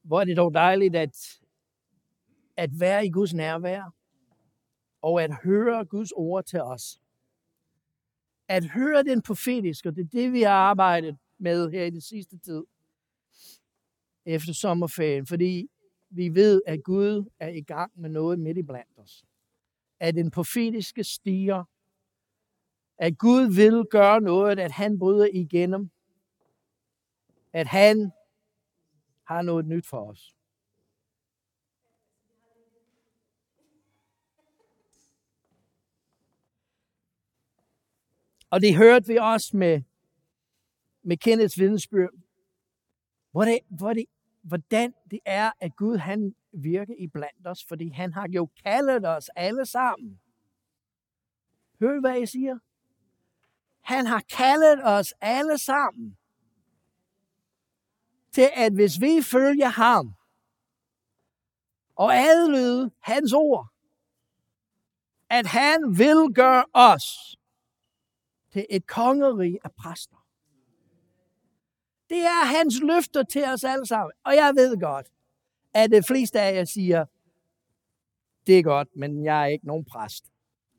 Hvor er det dog dejligt at være i Guds nærvær, og at høre Guds ord til os. At høre den profetiske, og det er det, vi har arbejdet med her i den sidste tid, efter sommerferien, fordi vi ved, at Gud er i gang med noget midt i blandt os. At den profetiske stiger, at Gud vil gøre noget, at han bryder igennem, at han har noget nyt for os. Og det hørte vi også med Kenneths vidnesbyrd, hvordan det er, at Gud han virker i blandt os, fordi han har jo kaldet os alle sammen. Hør I, hvad jeg siger? Han har kaldet os alle sammen til, at hvis vi følger ham og adlyder hans ord, at han vil gøre os til et kongerige af præster. Det er hans løfter til os alle sammen. Og jeg ved godt, at de fleste af jer siger, det er godt, men jeg er ikke nogen præst.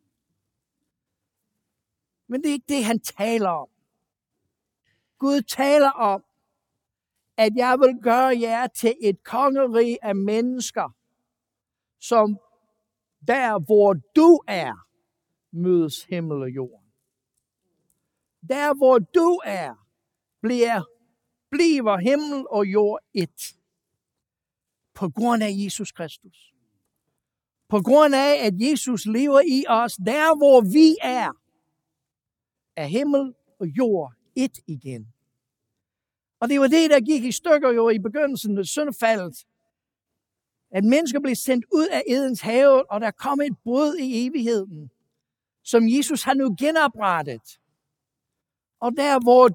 Men det er ikke det, han taler om. Gud taler om, at jeg vil gøre jer til et kongerige af mennesker, som der, hvor du er, mødes himmel og jord. Der, hvor du er, bliver himmel og jord et. På grund af Jesus Kristus. På grund af, at Jesus lever i os, der hvor vi er himmel og jord et igen. Og det var det, der gik i stykker jo i begyndelsen af syndefaldet. At mennesker blev sendt ud af Edens have, og der kom et brud i evigheden, som Jesus har nu genoprettet. Og der hvor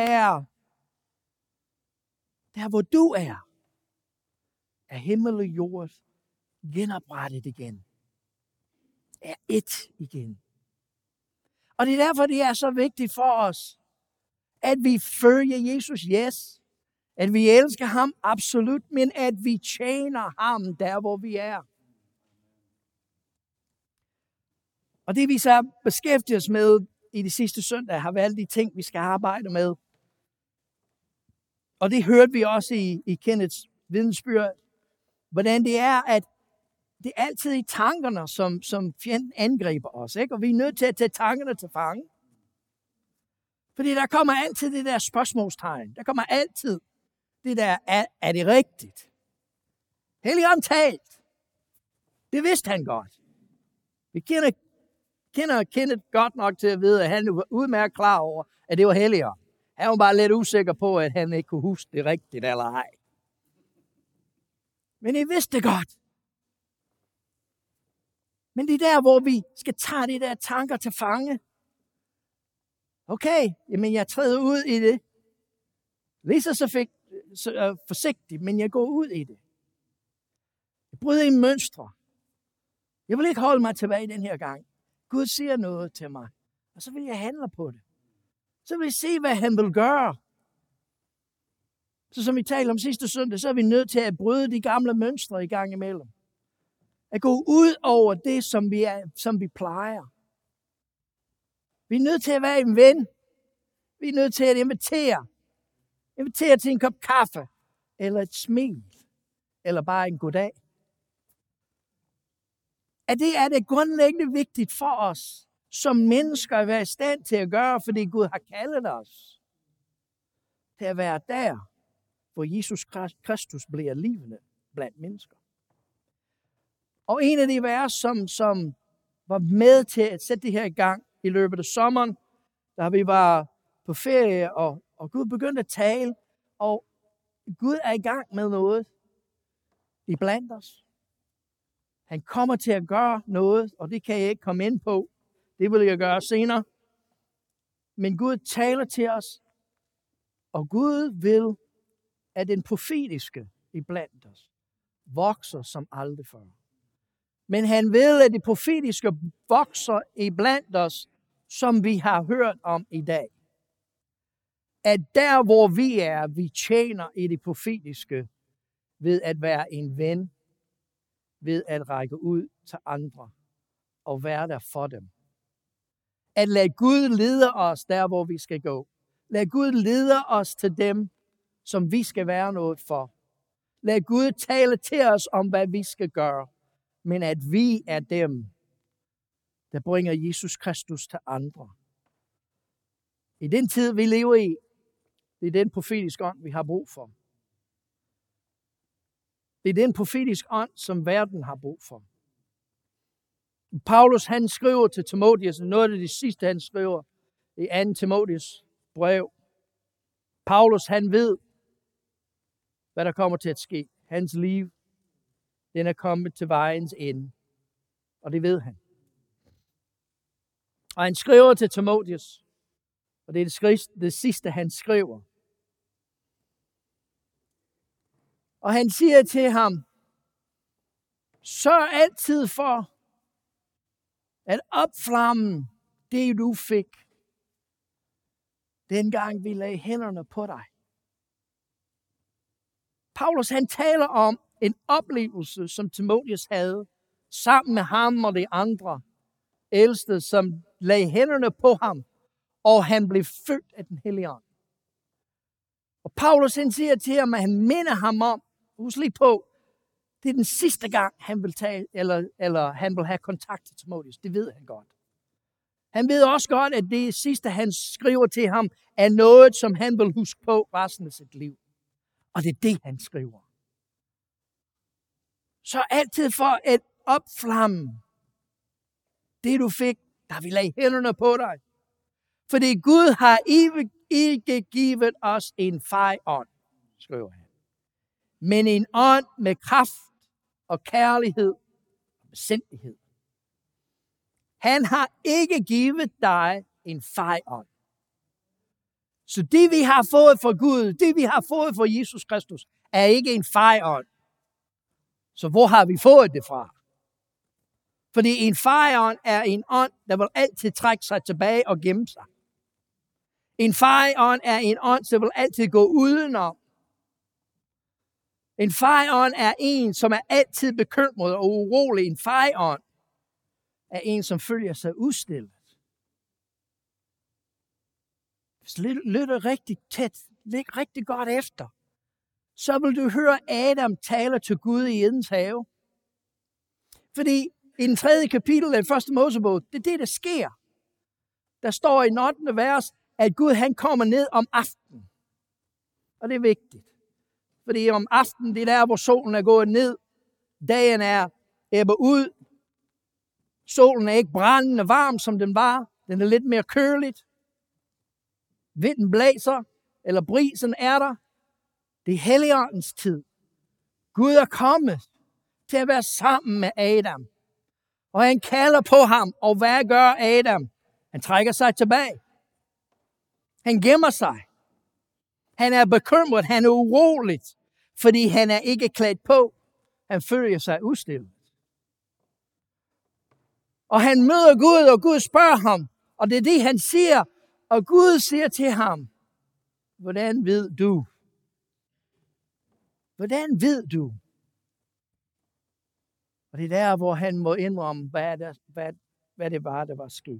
du er himmel og jord genoprettet igen. Er et igen. Og det er derfor, det er så vigtigt for os, at vi følger Jesus, yes. At vi elsker ham, absolut, men at vi tjener ham der, hvor vi er. Og det vi så beskæftiger os med i de sidste søndag, har været de ting, vi skal arbejde med. Og det hørte vi også i Kenneths vidnesbyrd, hvordan det er, at det er altid i tankerne, som fjenden angriber os. Ikke? Og vi er nødt til at tage tankerne til fange. Fordi der kommer altid det der spørgsmålstegn. Der kommer altid det der, er det rigtigt? Helligånden talt. Det vidste han godt. Vi kender Kenneth godt nok til at vide, at han var udmærket klar over, at det var Helligånden. Han var bare lidt usikker på, at han ikke kunne huske det rigtigt eller ej. Men I vidste det godt. Men det er der, hvor vi skal tage de der tanker til fange. Okay, jamen jeg træder ud i det. Lige så forsigtigt, men jeg går ud i det. Jeg bryder i mønstre. Jeg vil ikke holde mig tilbage den her gang. Gud siger noget til mig, og så vil jeg handle på det. Så vil jeg se, hvad han vil gøre. Så som vi talte om sidste søndag, så er vi nødt til at bryde de gamle mønstre i gang imellem. At gå ud over det, som vi plejer. Vi er nødt til at være en ven. Vi er nødt til at invitere. Invitere til en kop kaffe, eller et smil, eller bare en goddag. At det er det grundlæggende vigtigt for os, som mennesker at være i stand til at gøre, fordi Gud har kaldet os til at være der, hvor Jesus Kristus bliver levende blandt mennesker. Og en af de vers, som var med til at sætte det her i gang i løbet af sommeren, da vi var på ferie, og Gud begyndte at tale, og Gud er i gang med noget i blandt os. Han kommer til at gøre noget, og det kan jeg ikke komme ind på. Det vil jeg gøre senere. Men Gud taler til os, og Gud vil, at den profetiske i blandt os vokser som aldrig før. Men han vil, at det profetiske vokser i blandt os, som vi har hørt om i dag. At der, hvor vi tjener i det profetiske ved at være en ven, ved at række ud til andre og være der for dem. At lade Gud lede os der, hvor vi skal gå. Lad Gud lede os til dem, som vi skal være noget for. Lad Gud tale til os om, hvad vi skal gøre. Men at vi er dem, der bringer Jesus Kristus til andre. I den tid, vi lever i, det er den profetiske ånd, vi har brug for. Det er den profetiske ånd, som verden har brug for. Paulus, han skriver til Timotheus, noget af det sidste, han skriver i 2. Timotheus brev. Paulus, han ved, hvad der kommer til at ske. Hans liv, den er kommet til vejens ende. Og det ved han. Og han skriver til Timotheus, og det er det sidste, han skriver. Og han siger til ham, sørg altid for at opflamme det, du fik, dengang vi lagde hænderne på dig. Paulus, han taler om en oplevelse, som Timotheus havde, sammen med ham og de andre ældste, som lagde hænderne på ham, og han blev født af den hellige ånd. Og Paulus, han siger til ham, at han minder ham om, husk lige på, det er den sidste gang, han vil tage, eller han vil have kontakt til Timotheus. Det ved han godt. Han ved også godt, at det sidste, han skriver til ham, er noget, som han vil huske på resten af sit liv. Og det er det, han skriver. Så altid for at opflamme det, du fik, der vil lagde hænderne på dig. Fordi Gud har ikke givet os en fej ånd, skriver han. Men en ånd med kraft og kærlighed og besindighed. Han har ikke givet dig en fej ånd. Så det, vi har fået fra Gud, det, vi har fået fra Jesus Kristus, er ikke en fej ånd. Så hvor har vi fået det fra? Fordi en fej ånd er en ånd, der vil altid trække sig tilbage og gemme sig. En fej ånd er en ånd, der vil altid gå udenom. En fejånd er en, som er altid bekymret og urolig. En fejånd er en, som følger sig udstillet. Lytter rigtig tæt, læg rigtig godt efter, så vil du høre Adam tale til Gud i Edens have. Fordi i den 3. kapitel af 1. Mosebog, det er det, der sker. Der står i 8. vers, at Gud han kommer ned om aftenen. Og det er vigtigt. Fordi om aftenen, det er der, hvor solen er gået ned. Dagen er ebber ud. Solen er ikke brændende varm, som den var. Den er lidt mere køligt. Vinden blæser, eller brisen er der. Det er Helligåndens tid. Gud er kommet til at være sammen med Adam. Og han kalder på ham, og hvad gør Adam? Han trækker sig tilbage. Han gemmer sig. Han er bekymret, han er urolig, fordi han er ikke klædt på. Han føler sig udstillet. Og han møder Gud, og Gud spørger ham, og det er det, han siger. Og Gud siger til ham, hvordan ved du? Hvordan ved du? Og det er der, hvor han må indrømme, hvad det var, der var sket.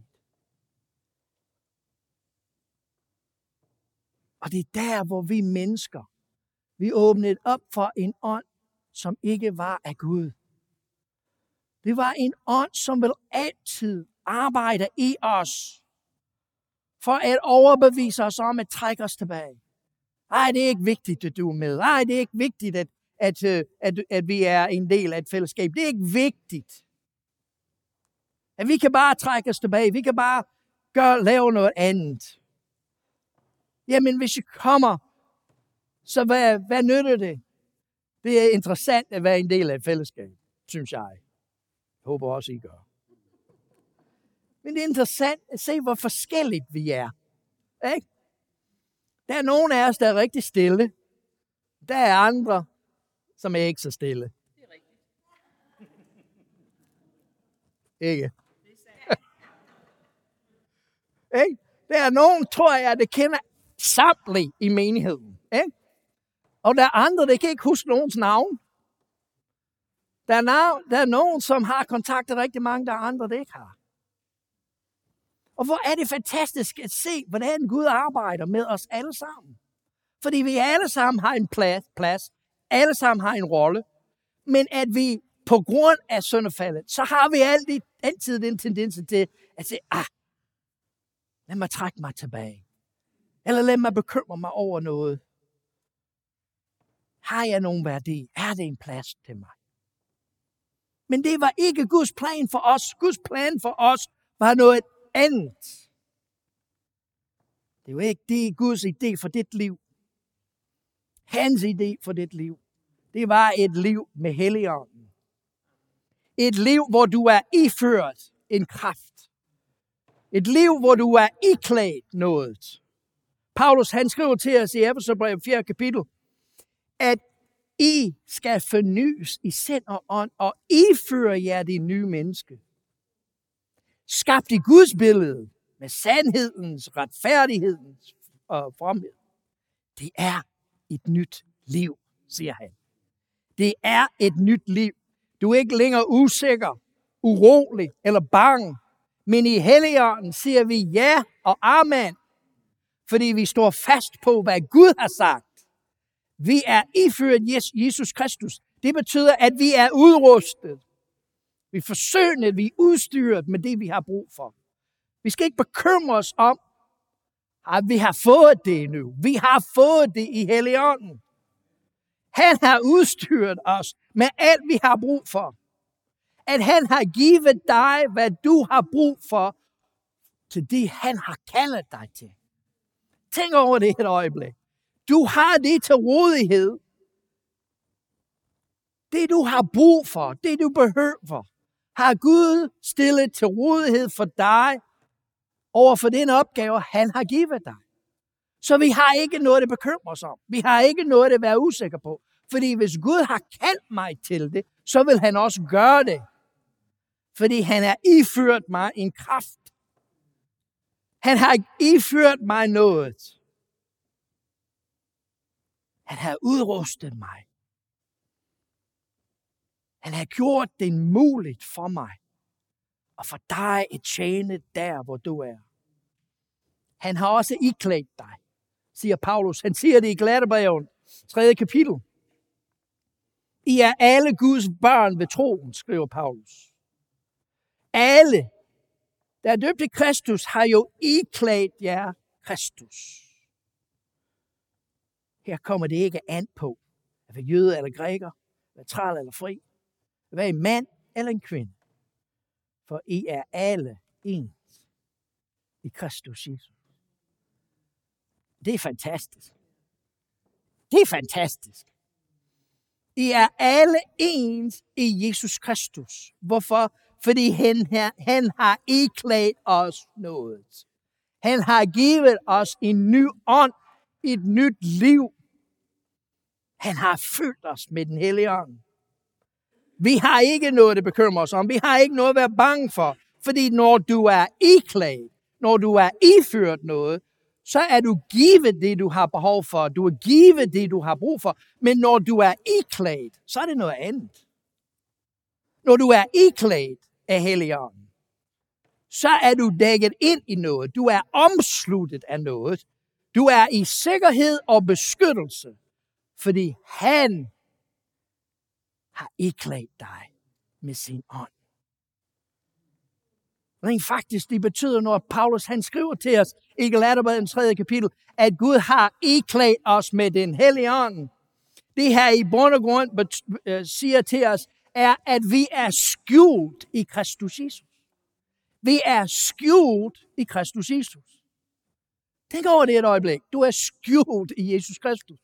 Og det er der, hvor vi mennesker, vi åbnede op for en ånd, som ikke var af Gud. Det var en ånd, som vil altid arbejde i os, for at overbevise os om at trække os tilbage. Ej, det er ikke vigtigt, at du er med. Ej, det er ikke vigtigt, at vi er en del af et fællesskab. Det er ikke vigtigt. At vi kan bare trække os tilbage. Vi kan bare lave noget andet. Jamen, hvis I kommer, så hvad nytter det? Det er interessant at være en del af et fællesskab, synes jeg. Jeg håber også, I gør. Men det er interessant at se, hvor forskelligt vi er. Ikke? Der er nogle af os, der er rigtig stille. Der er andre, som er ikke så stille. Det er rigtigt. Ikke? Ikke? Der er nogen, tror jeg, der kender samtlige i menigheden. Ikke? Og der er andre, der kan ikke huske nogens navn. Der er nogen, som har kontaktet rigtig mange, der er andre, der ikke har. Og hvor er det fantastisk at se, hvordan Gud arbejder med os alle sammen. Fordi vi alle sammen har en plads. Alle sammen har en rolle. Men at vi på grund af syndefaldet, så har vi altid den tendens til at sige, lad mig trække mig tilbage. Eller lad mig bekymre mig over noget. Har jeg nogen værdi? Er det en plads til mig? Men det var ikke Guds plan for os. Guds plan for os var noget andet. Det var ikke det Guds idé for dit liv. Hans idé for dit liv. Det var et liv med Helligånden. Et liv, hvor du er iført en kraft. Et liv, hvor du er iklædt noget. Paulus, han skriver til os i Efeserbrevet 4. kapitel, at I skal fornyes i sind og ånd, og iføre jer det nye menneske. Skabt i Guds billede, med sandhedens, retfærdighedens og fromhed. Det er et nyt liv, siger han. Det er et nyt liv. Du er ikke længere usikker, urolig eller bange. Men i Helligånden siger vi ja og amen. Fordi vi står fast på, hvad Gud har sagt. Vi er iført Jesus Kristus. Det betyder, at vi er udrustet. Vi er forsynet, vi er udstyret med det, vi har brug for. Vi skal ikke bekymre os om, at vi har fået det nu. Vi har fået det i Helligånden. Han har udstyret os med alt, vi har brug for. At han har givet dig, hvad du har brug for, til det, han har kaldet dig til. Tænk over det et øjeblik. Du har det til rådighed. Det, du har brug for, det, du behøver, har Gud stillet til rådighed for dig over for den opgave, han har givet dig. Så vi har ikke noget at bekymre os om. Vi har ikke noget at være usikre på. Fordi hvis Gud har kaldt mig til det, så vil han også gøre det. Fordi han har iført mig en kraft. Han har iført mig noget. Han har udrustet mig. Han har gjort det muligt for mig. Og for dig at tjene der, hvor du er. Han har også iklædt dig, siger Paulus. Han siger det i Galaterbrevet, 3. kapitel. I er alle Guds børn ved troen, skriver Paulus. Alle, der er døbt i Kristus, har jo iklædt jer Kristus. Her kommer det ikke an på, at være jøde eller græker, være træl eller fri, at være en mand eller en kvinde. For I er alle ens i Kristus Jesus. Det er fantastisk. Det er fantastisk. I er alle ens i Jesus Kristus. Hvorfor? Fordi han har iklædt os noget. Han har givet os en ny ånd, et nyt liv. Han har fyldt os med den hellige ånd. Vi har ikke noget at bekymre os om. Vi har ikke noget at være bange for. Fordi når du er iklædt, når du er iført noget, så er du givet det, du har behov for. Du er givet det, du har brug for. Men når du er iklædt, så er det noget andet. Når du er iklædt af Helligånden, så er du dækket ind i noget. Du er omsluttet af noget. Du er i sikkerhed og beskyttelse, fordi han har iklædt dig med sin ånd. Rent faktisk, det betyder, når Paulus han skriver til os i Galaterbrevet 3. kapitel, at Gud har iklædt os med den hellige ånd. Det her i bund og grund siger til os, er, at vi er skjult i Kristus Jesus. Vi er skjult i Kristus Jesus. Tænk over det et øjeblik. Du er skjult i Jesus Kristus.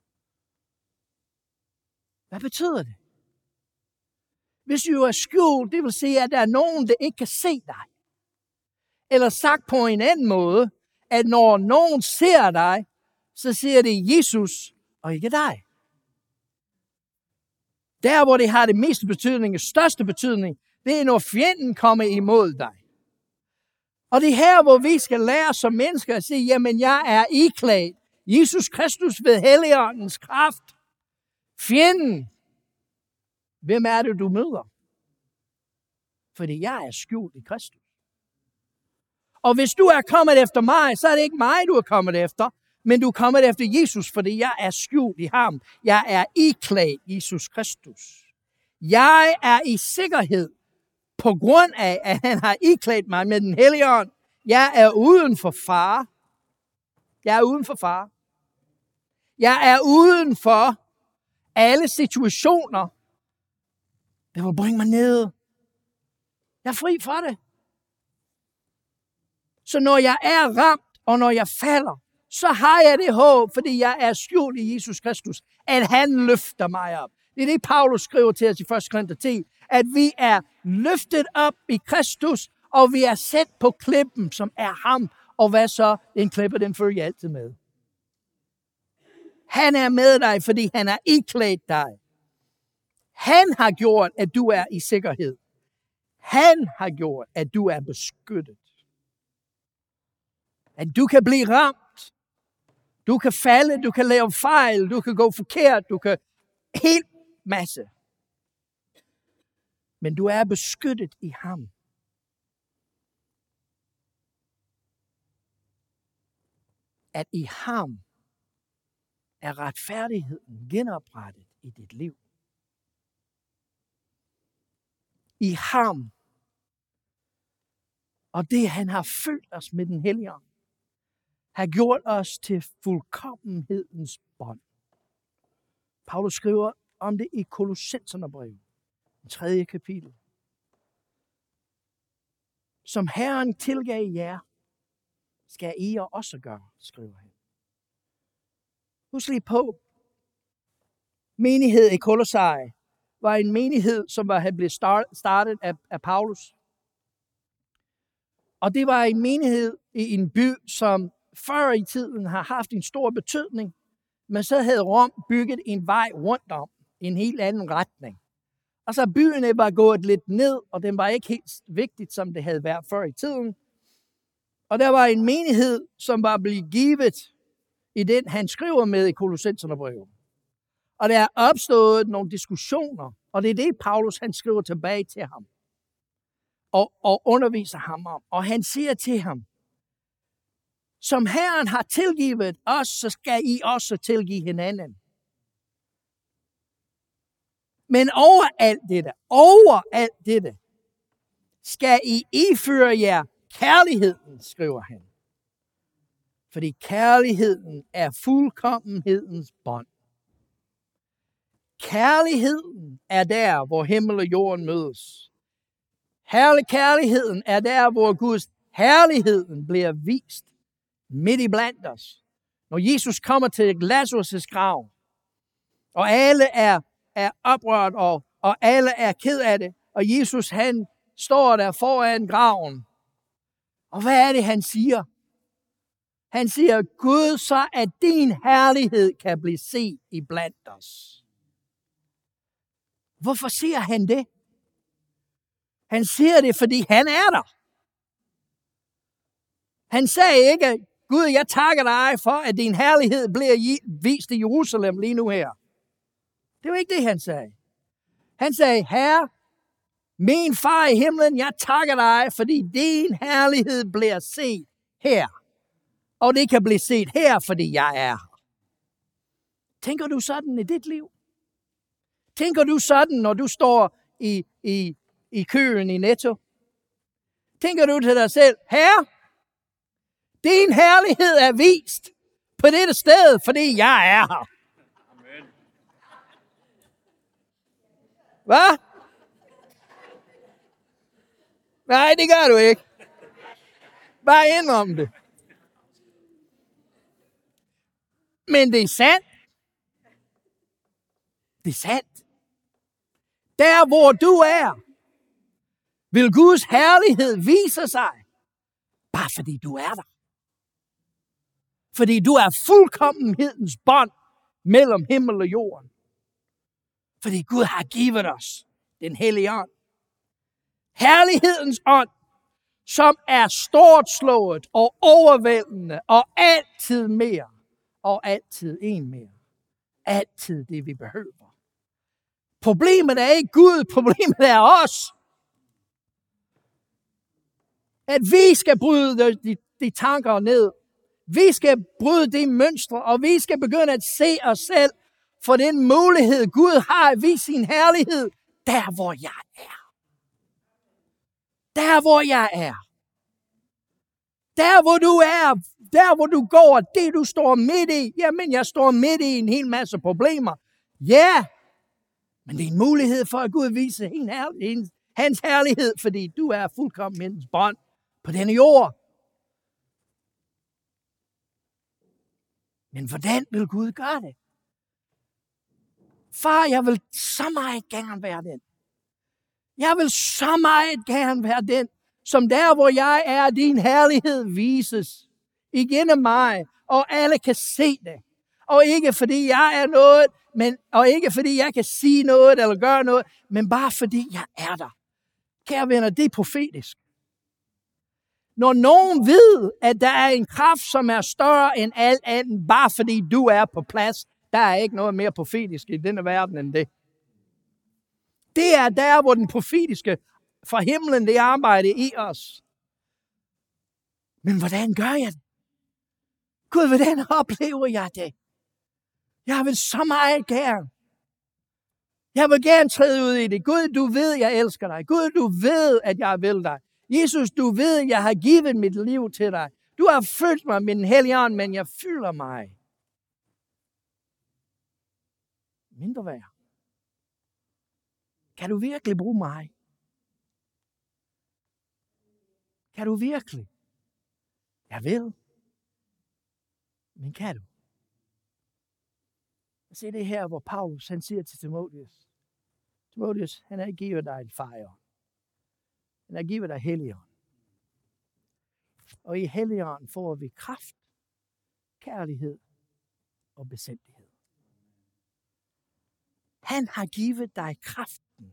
Hvad betyder det? Hvis du er skjult, det vil sige, at der er nogen, der ikke kan se dig. Eller sagt på en anden måde, at når nogen ser dig, så ser det Jesus og ikke dig. Der, hvor det har det meste betydning, og største betydning, det er, når fjenden kommer imod dig. Og det er her, hvor vi skal lære som mennesker at sige, jamen jeg er iklædt. Jesus Kristus ved Helligåndens kraft. Fjenden. Hvem er det, du møder? Fordi jeg er skjult i Kristus. Og hvis du er kommet efter mig, så er det ikke mig, du er kommet efter, men du er kommet efter Jesus, fordi jeg er skjult i ham. Jeg er iklædt Jesus Kristus. Jeg er i sikkerhed på grund af, at han har iklædt mig med den hellige ånd. Jeg er uden for fare. Jeg er uden for fare. Jeg er uden for alle situationer, der vil bringe mig ned. Jeg er fri for det. Så når jeg er ramt, og når jeg falder, så har jeg det håb, fordi jeg er skjult i Jesus Kristus, at han løfter mig op. Det er det, Paulus skriver til os i 1. Korinther 10, at vi er løftet op i Kristus, og vi er sat på klippen, som er ham. Og hvad så? Den klippe, den følger jeg altid med. Han er med dig, fordi han har iklædt dig. Han har gjort, at du er i sikkerhed. Han har gjort, at du er beskyttet. At du kan blive ramt. Du kan falde, du kan lave fejl, du kan gå forkert, du kan helt masse. Men du er beskyttet i ham. At i ham er retfærdigheden genoprettet i dit liv. I ham. Og det han har fyldt os med den hellige ånd, har gjort os til fuldkommenhedens bånd. Paulus skriver om det i Kolossenserbrevet, 3. kapitel. Som Herren tilgav jer, skal I også gøre, skriver han. Husk lige på, menighed i Kolossae var en menighed, som var blevet startet af Paulus. Og det var en menighed i en by, som før i tiden har haft en stor betydning, men så havde Rom bygget en vej rundt om, i en helt anden retning. Og så byerne var gået lidt ned, og den var ikke helt vigtigt, som det havde været før i tiden. Og der var en menighed, som var blevet givet i den, han skriver med i Kolossenserbrevet. Og der er opstået nogle diskussioner, og det er det, Paulus han skriver tilbage til ham. Og underviser ham om. Og han siger til ham, som Herren har tilgivet os, så skal I også tilgive hinanden. Men over alt dette, skal I iføre jer kærligheden, skriver han. Fordi kærligheden er fuldkommenhedens bånd. Kærligheden er der, hvor himmel og jorden mødes. Kærligheden er der, hvor Guds herligheden bliver vist midt i blandt os. Når Jesus kommer til Lazarus' grav, og alle er oprørt, og alle er ked af det, og Jesus han står der foran graven. Og hvad er det, han siger? Han siger, Gud, så at din herlighed kan blive set i blandt os. Hvorfor siger han det? Han siger det, fordi han er der. Han sagde ikke, Gud, jeg takker dig for, at din herlighed bliver vist i Jerusalem lige nu her. Det var ikke det, han sagde. Han sagde, Herre, min far i himlen, jeg takker dig, fordi din herlighed bliver set her. Og det kan blive set her, fordi jeg er her. Tænker du sådan i dit liv? Tænker du sådan, når du står i køen i Netto? Tænker du til dig selv, Herre, din herlighed er vist på dette sted, fordi jeg er her. Amen. Hvad? Nej, det gør du ikke. Bare indrøm det. Men det er sandt. Det er sandt. Der, hvor du er, vil Guds herlighed vise sig, bare fordi du er der. Fordi du er fuldkommenhedens bånd mellem himmel og jorden. Fordi Gud har givet os den hellige ånd. Herlighedens ånd, som er stort slået og overvældende og altid mere. og altid en mere. Altid det, vi behøver. Problemet er ikke Gud, problemet er os. At vi skal bryde de tanker ned. Vi skal bryde de mønstre, og vi skal begynde at se os selv for den mulighed, Gud har at vise sin herlighed, der hvor jeg er. Der hvor jeg er. Der hvor du er, der hvor du går, det du står midt i. Jamen, jeg står midt i en hel masse problemer. Ja, men det er en mulighed for at Gud vise hans herlighed, fordi du er fuldkommen mindens bånd på denne jord. Men hvordan vil Gud gøre det? Far, jeg vil så meget gerne være den. Jeg vil så meget gerne være den, som der, hvor jeg er, din herlighed vises igennem mig, og alle kan se det. Og ikke fordi jeg er noget, og ikke fordi jeg kan sige noget eller gøre noget, men bare fordi jeg er der. Kære venner, det er profetisk. Når nogen ved, at der er en kraft, som er større end alt andet, bare fordi du er på plads, der er ikke noget mere profetisk i denne verden end det. Det er der, hvor den profetiske fra himlen, det arbejder i os. Men hvordan gør jeg det? Gud, hvordan oplever jeg det? Jeg vil så meget gerne. Jeg vil gerne træde ud i det. Gud, du ved, jeg elsker dig. Gud, du ved, at jeg vil dig. Jesus, du ved, jeg har givet mit liv til dig. Du har fyldt mig med den hellige ånd, men jeg fylder mig. Mindre værd. Kan du virkelig bruge mig? Kan du virkelig? Jeg vil. Men kan du? Se det her, hvor Paulus han siger til Timotheus. Timotheus, han har givet dig et fejre. Han har givet dig Helligånd. Og i Helligånd får vi kraft, kærlighed og besindighed. Han har givet dig kraften.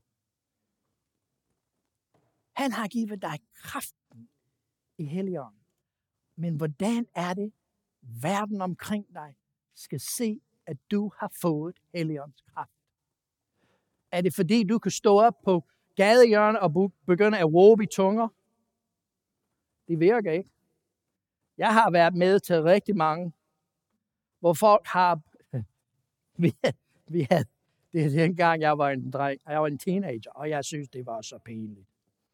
Han har givet dig kraften i Helligånd. Men hvordan er det, verden omkring dig skal se, at du har fået Helligåndens kraft? Er det fordi, du kan stå op på gadehjørnet og begynde at råbe i tunger? Det virker ikke. Jeg har været med til rigtig mange, hvor folk har... vi havde det er dengang, jeg var en dreng. Jeg var en teenager, og jeg synes, det var så pinligt.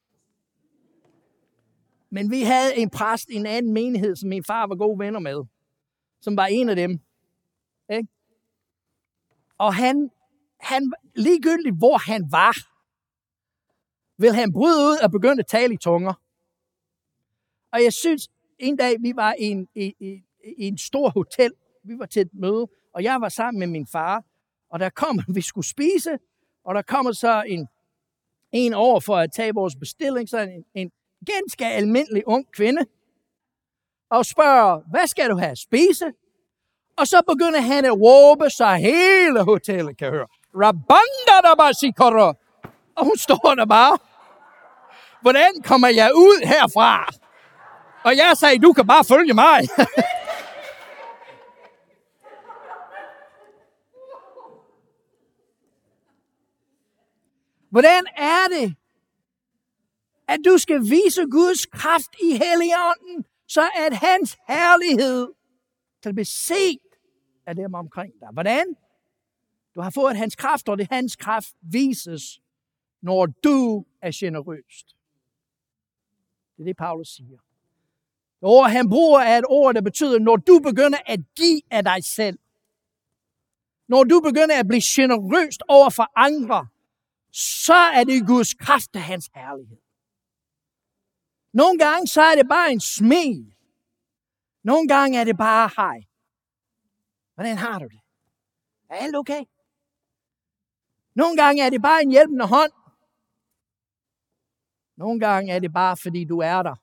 Men vi havde en præst i en anden menighed, som min far var gode venner med, som var en af dem. Ikke? Og han ligegyldigt hvor han var, ville han bryde ud og begynde at tale i tunger. Og jeg synes, en dag vi var i en stor hotel, vi var til et møde, og jeg var sammen med min far, og der kom, vi skulle spise, og der kommer så en over for at tage vores bestilling, så en ganske almindelig ung kvinde, og spørger, hvad skal du have at spise? Og så begynder han at råbe, så hele hotellet kan høre. Rabandadabasikoro. Og hun står der bare. Hvordan kommer jeg ud herfra? Og jeg sagde, du kan bare følge mig. Hvordan er det, at du skal vise Guds kraft i Helligånden, så at hans herlighed kan blive set af dem omkring dig? Hvordan? Du har fået hans kraft, og det hans kraft vises, når du er generøst. Det er det, Paulus siger. Det ord, han bruger, er et ord, der betyder, når du begynder at give af dig selv. Når du begynder at blive generøst over for andre, så er det Guds kraft af hans herlighed. Nogle gange så er det bare en smil. Nogle gange er det bare hej. Hvordan har du det? Er alt okay? Nogle gange er det bare en hjælpende hånd. Nogle gange er det bare fordi du er der.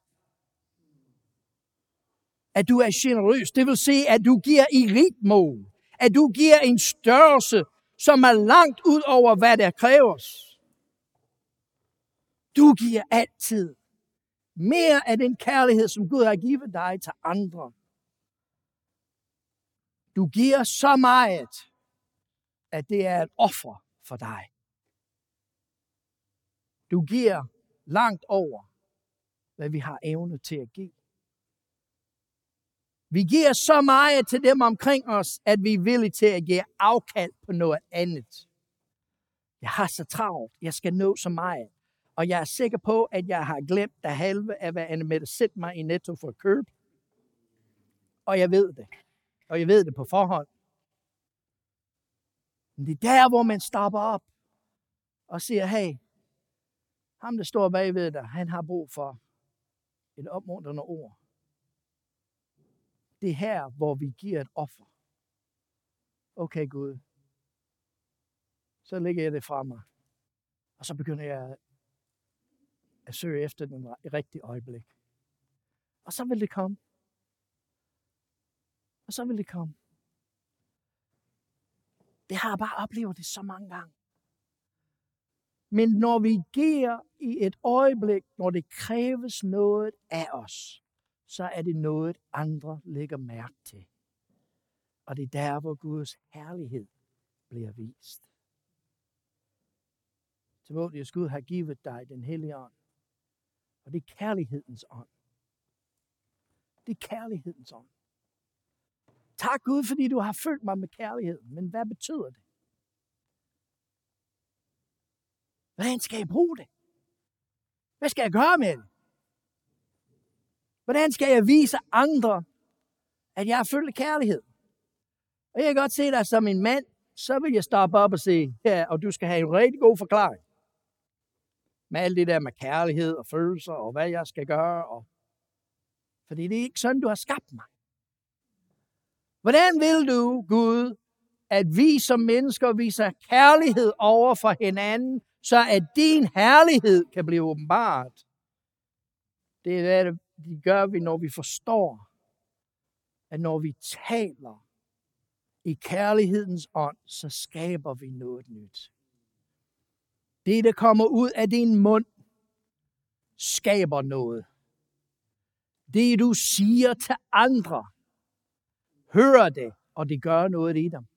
At du er generøs. Det vil sige, at du giver i rigt mål. At du giver en størrelse, som er langt ud over, hvad der kræves. Du giver altid mere af den kærlighed, som Gud har givet dig til andre. Du giver så meget, at det er et offer for dig. Du giver langt over, hvad vi har evne til at give. Vi giver så meget til dem omkring os, at vi er villige til at give afkald på noget andet. Jeg har så travlt. Jeg skal nå så meget. Og jeg er sikker på, at jeg har glemt det halve af, hvad Anne-Mette sendte mig i Netto for at købe. Og jeg ved det. Og jeg ved det på forhånd. Men det er der, hvor man stopper op og siger, hey, ham der står bagved dig, han har brug for et opmuntrende ord. Det er her, hvor vi giver et offer. Okay, Gud. Så lægger jeg det fra mig. Og så begynder jeg at søge efter den rigtige øjeblik. Og så vil det komme. Og så vil det komme. Det har jeg bare oplevet det så mange gange. Men når vi giver i et øjeblik, når det kræves noget af os, så er det noget, andre lægger mærke til. Og det er der, hvor Guds herlighed bliver vist. Timotheus, Gud har givet dig den hellige ånd. Og det er kærlighedens ånd. Det er kærlighedens ånd. Tak Gud, fordi du har følt mig med kærlighed. Men hvad betyder det? Hvordan skal jeg bruge det? Hvad skal jeg gøre med det? Hvordan skal jeg vise andre, at jeg har følt kærlighed? Og jeg kan godt se dig som en mand, så vil jeg stoppe op og sige, ja, og du skal have en rigtig god forklaring. Med alt det der med kærlighed og følelser, og hvad jeg skal gøre. Fordi det er ikke sådan, du har skabt mig. Hvordan vil du, Gud, at vi som mennesker viser kærlighed over for hinanden, så at din herlighed kan blive åbenbart? Det er det, det gør vi, når vi forstår, at når vi taler i kærlighedens ånd, så skaber vi noget nyt. Det, der kommer ud af din mund, skaber noget. Det, du siger til andre, hører det, og det gør noget i dem.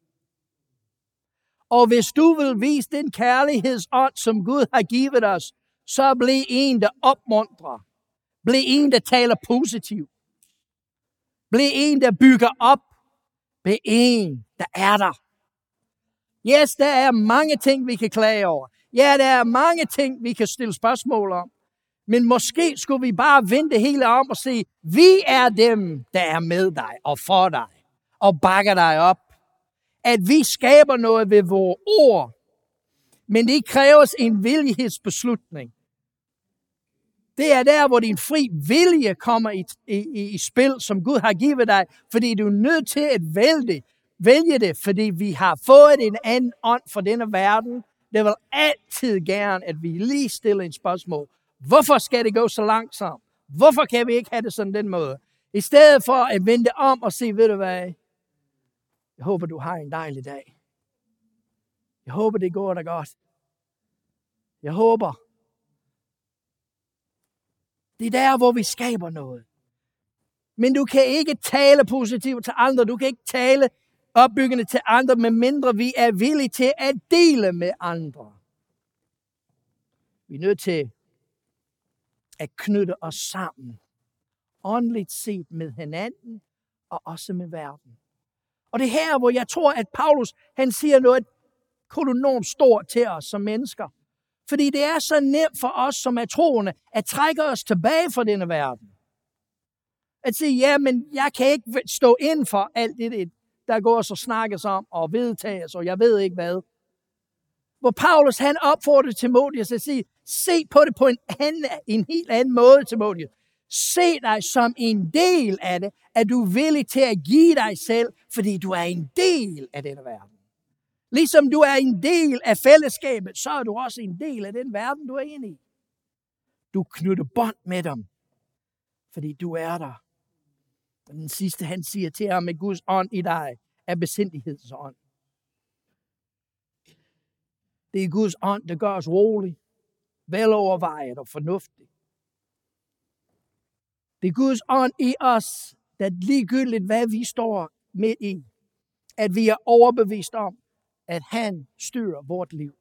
Og hvis du vil vise den kærlighedsånd, som Gud har givet os, så bliv en, der opmuntrer. Bliv en, der taler positivt. Bliv en, der bygger op. Bliv en, der er der. Yes, der er mange ting, vi kan klage over. Ja, der er mange ting, vi kan stille spørgsmål om. Men måske skulle vi bare vende det hele om og sige, vi er dem, der er med dig og for dig og bakker dig op. At vi skaber noget ved vores ord, men det kræver en villighedsbeslutning. Det er der, hvor din fri vilje kommer i spil, som Gud har givet dig, fordi du er nødt til at vælge det, fordi vi har fået en anden ånd for denne verden. Det vil altid gerne, at vi lige stiller en spørgsmål. Hvorfor skal det gå så langsomt? Hvorfor kan vi ikke have det sådan den måde? I stedet for at vende om og sige, ved du hvad? Jeg håber, du har en dejlig dag. Jeg håber, det går dig godt. Jeg håber. Det er der, hvor vi skaber noget. Men du kan ikke tale positivt til andre. Du kan ikke tale opbyggende til andre, medmindre vi er villige til at dele med andre. Vi er nødt til at knytte os sammen. Åndeligt set med hinanden og også med verden. Og det er her, hvor jeg tror, at Paulus, han siger noget kolonormt stort til os som mennesker. Fordi det er så nemt for os, som er troende, at trække os tilbage fra denne verden. At sige, ja, men jeg kan ikke stå inden for alt det, der går så snakkes om og vedtages, og jeg ved ikke hvad. Hvor Paulus, han opfordrer Timotheus at sige, se på det på en helt anden måde, Timotheus. Se dig som en del af det, at du er villig til at give dig selv, fordi du er en del af denne verden. Ligesom du er en del af fællesskabet, så er du også en del af den verden, du er inde i. Du knytter bånd med dem, fordi du er der. Og den sidste, han siger til ham, med Guds ånd i dig, er besindighedens ånd. Det er Guds ånd, der gør os rolig, velovervejet og fornuftig. Det er Guds ånd i os, der ligegyldigt, hvad vi står midt i, at vi er overbevist om, at han styrer vort liv.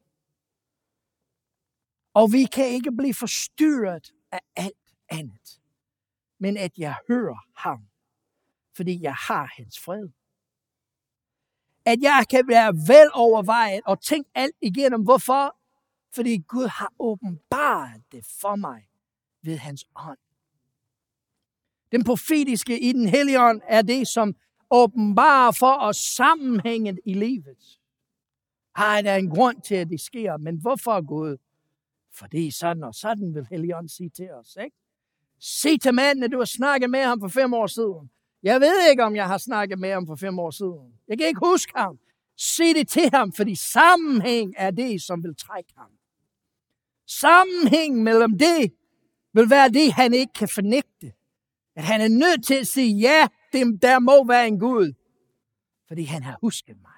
Og vi kan ikke blive forstyrret af alt andet, men at jeg hører ham, fordi jeg har hans fred. At jeg kan være velovervejet og tænke alt igennem. Hvorfor? Fordi Gud har åbenbaret det for mig ved hans ånd. Den profetiske i den hellige ånd er det, som åbenbarer for os sammenhængen i livet. Der er en grund til, at det sker, men hvorfor Gud? Fordi sådan og sådan vil Helligånden sige til os, ikke? Sig til manden, at du har snakket med ham for 5 år siden. Jeg ved ikke, om jeg har snakket med ham for 5 år siden. Jeg kan ikke huske ham. Sig det til ham, fordi sammenhæng er det, som vil trække ham. Sammenhæng mellem det vil være det, han ikke kan fornægte. At han er nødt til at sige, ja, der må være en Gud. Fordi han har husket mig.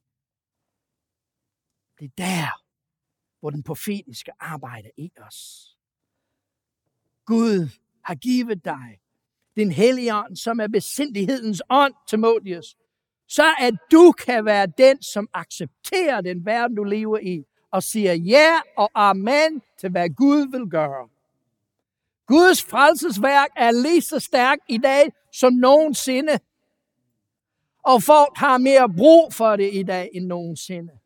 Det er der, hvor den profetiske arbejder i os. Gud har givet dig den hellige ånd, som er besindighedens ånd, Timotheus, så at du kan være den, som accepterer den verden, du lever i, og siger ja og amen til, hvad Gud vil gøre. Guds frelsesværk er lige så stærkt i dag som nogensinde. Og folk har mere brug for det i dag end nogensinde.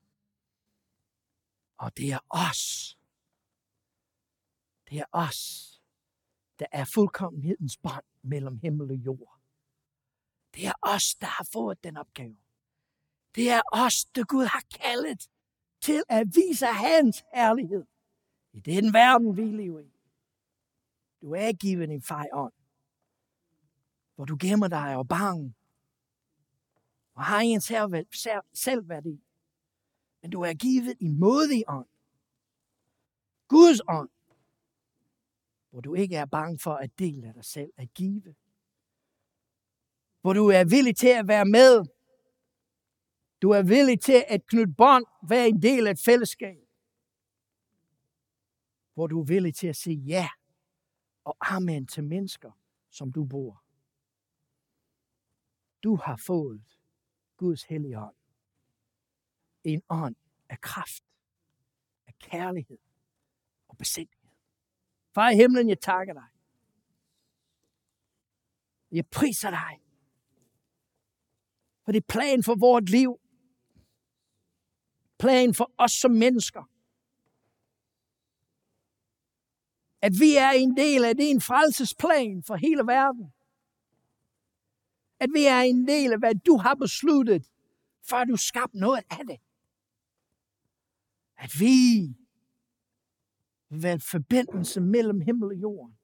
Og det er os. Det er os, der er fuldkommenhedens bånd mellem himmel og jord. Det er os, der har fået den opgave. Det er os, der Gud har kaldet til at vise hans herlighed i den verden, vi lever i. Du er givet en fej ånd, hvor du gemmer dig og bange, og har ingen selvværdi. Men du er givet en modig ånd. Guds ånd, hvor du ikke er bange for at dele af dig selv, at give. Hvor du er villig til at være med. Du er villig til at knytte bånd, være en del af et fællesskab. Hvor du er villig til at sige ja og amen til mennesker, som du bor. Du har fået Guds hellige ånd. En ånd af kraft, af kærlighed og besindighed. Far i himlen, jeg takker dig. Jeg priser dig. For det er plan for vores liv. Plan for os som mennesker. At vi er en del af din frelsesplan for hele verden. At vi er en del af, hvad du har besluttet, før du skabte noget af det. At vi vil være en forbindelse mellem himmel og jorden.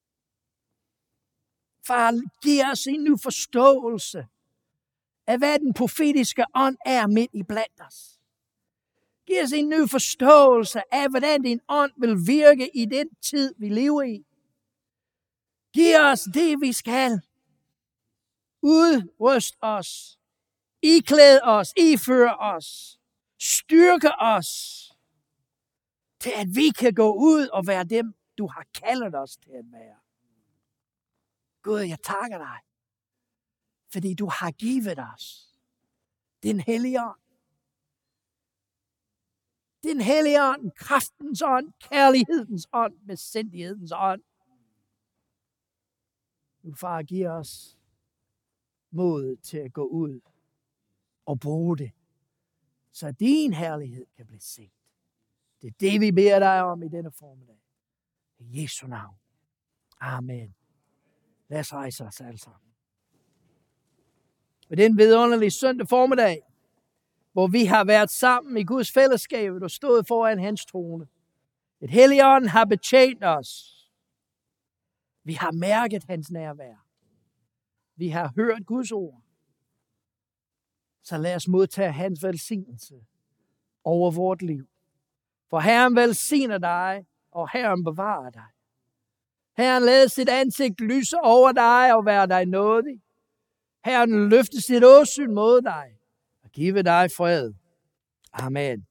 Far, giv os en ny forståelse af, hvad den profetiske ånd er midt i blandt os. Giv os en ny forståelse af, hvordan din ånd vil virke i den tid, vi lever i. Giv os det, vi skal. Udryst os. Iklæd os. Iføre os. Styrke os. Til at vi kan gå ud og være dem, du har kaldet os til at være. Gud, jeg takker dig. Fordi du har givet os den hellige ånd. Den hellige ånd, kraftens ånd, kærlighedens ånd, besindighedens ånd. Nu, far, giv os mod til at gå ud og bruge det, så din herlighed kan blive set. Det er det, vi beder dig om i denne formiddag. I Jesu navn. Amen. Lad os rejse os alle sammen. Med den vidunderlige søndag formiddag, hvor vi har været sammen i Guds fællesskab og stået foran hans trone. Et Helligånd har betjent os. Vi har mærket hans nærvær. Vi har hørt Guds ord. Så lad os modtage hans velsignelse over vort liv. For Herren velsigner dig, og Herren bevarer dig. Herren lader sit ansigt lyse over dig og være dig nådig. Herren løfter sit åsyn mod dig og give dig fred. Amen.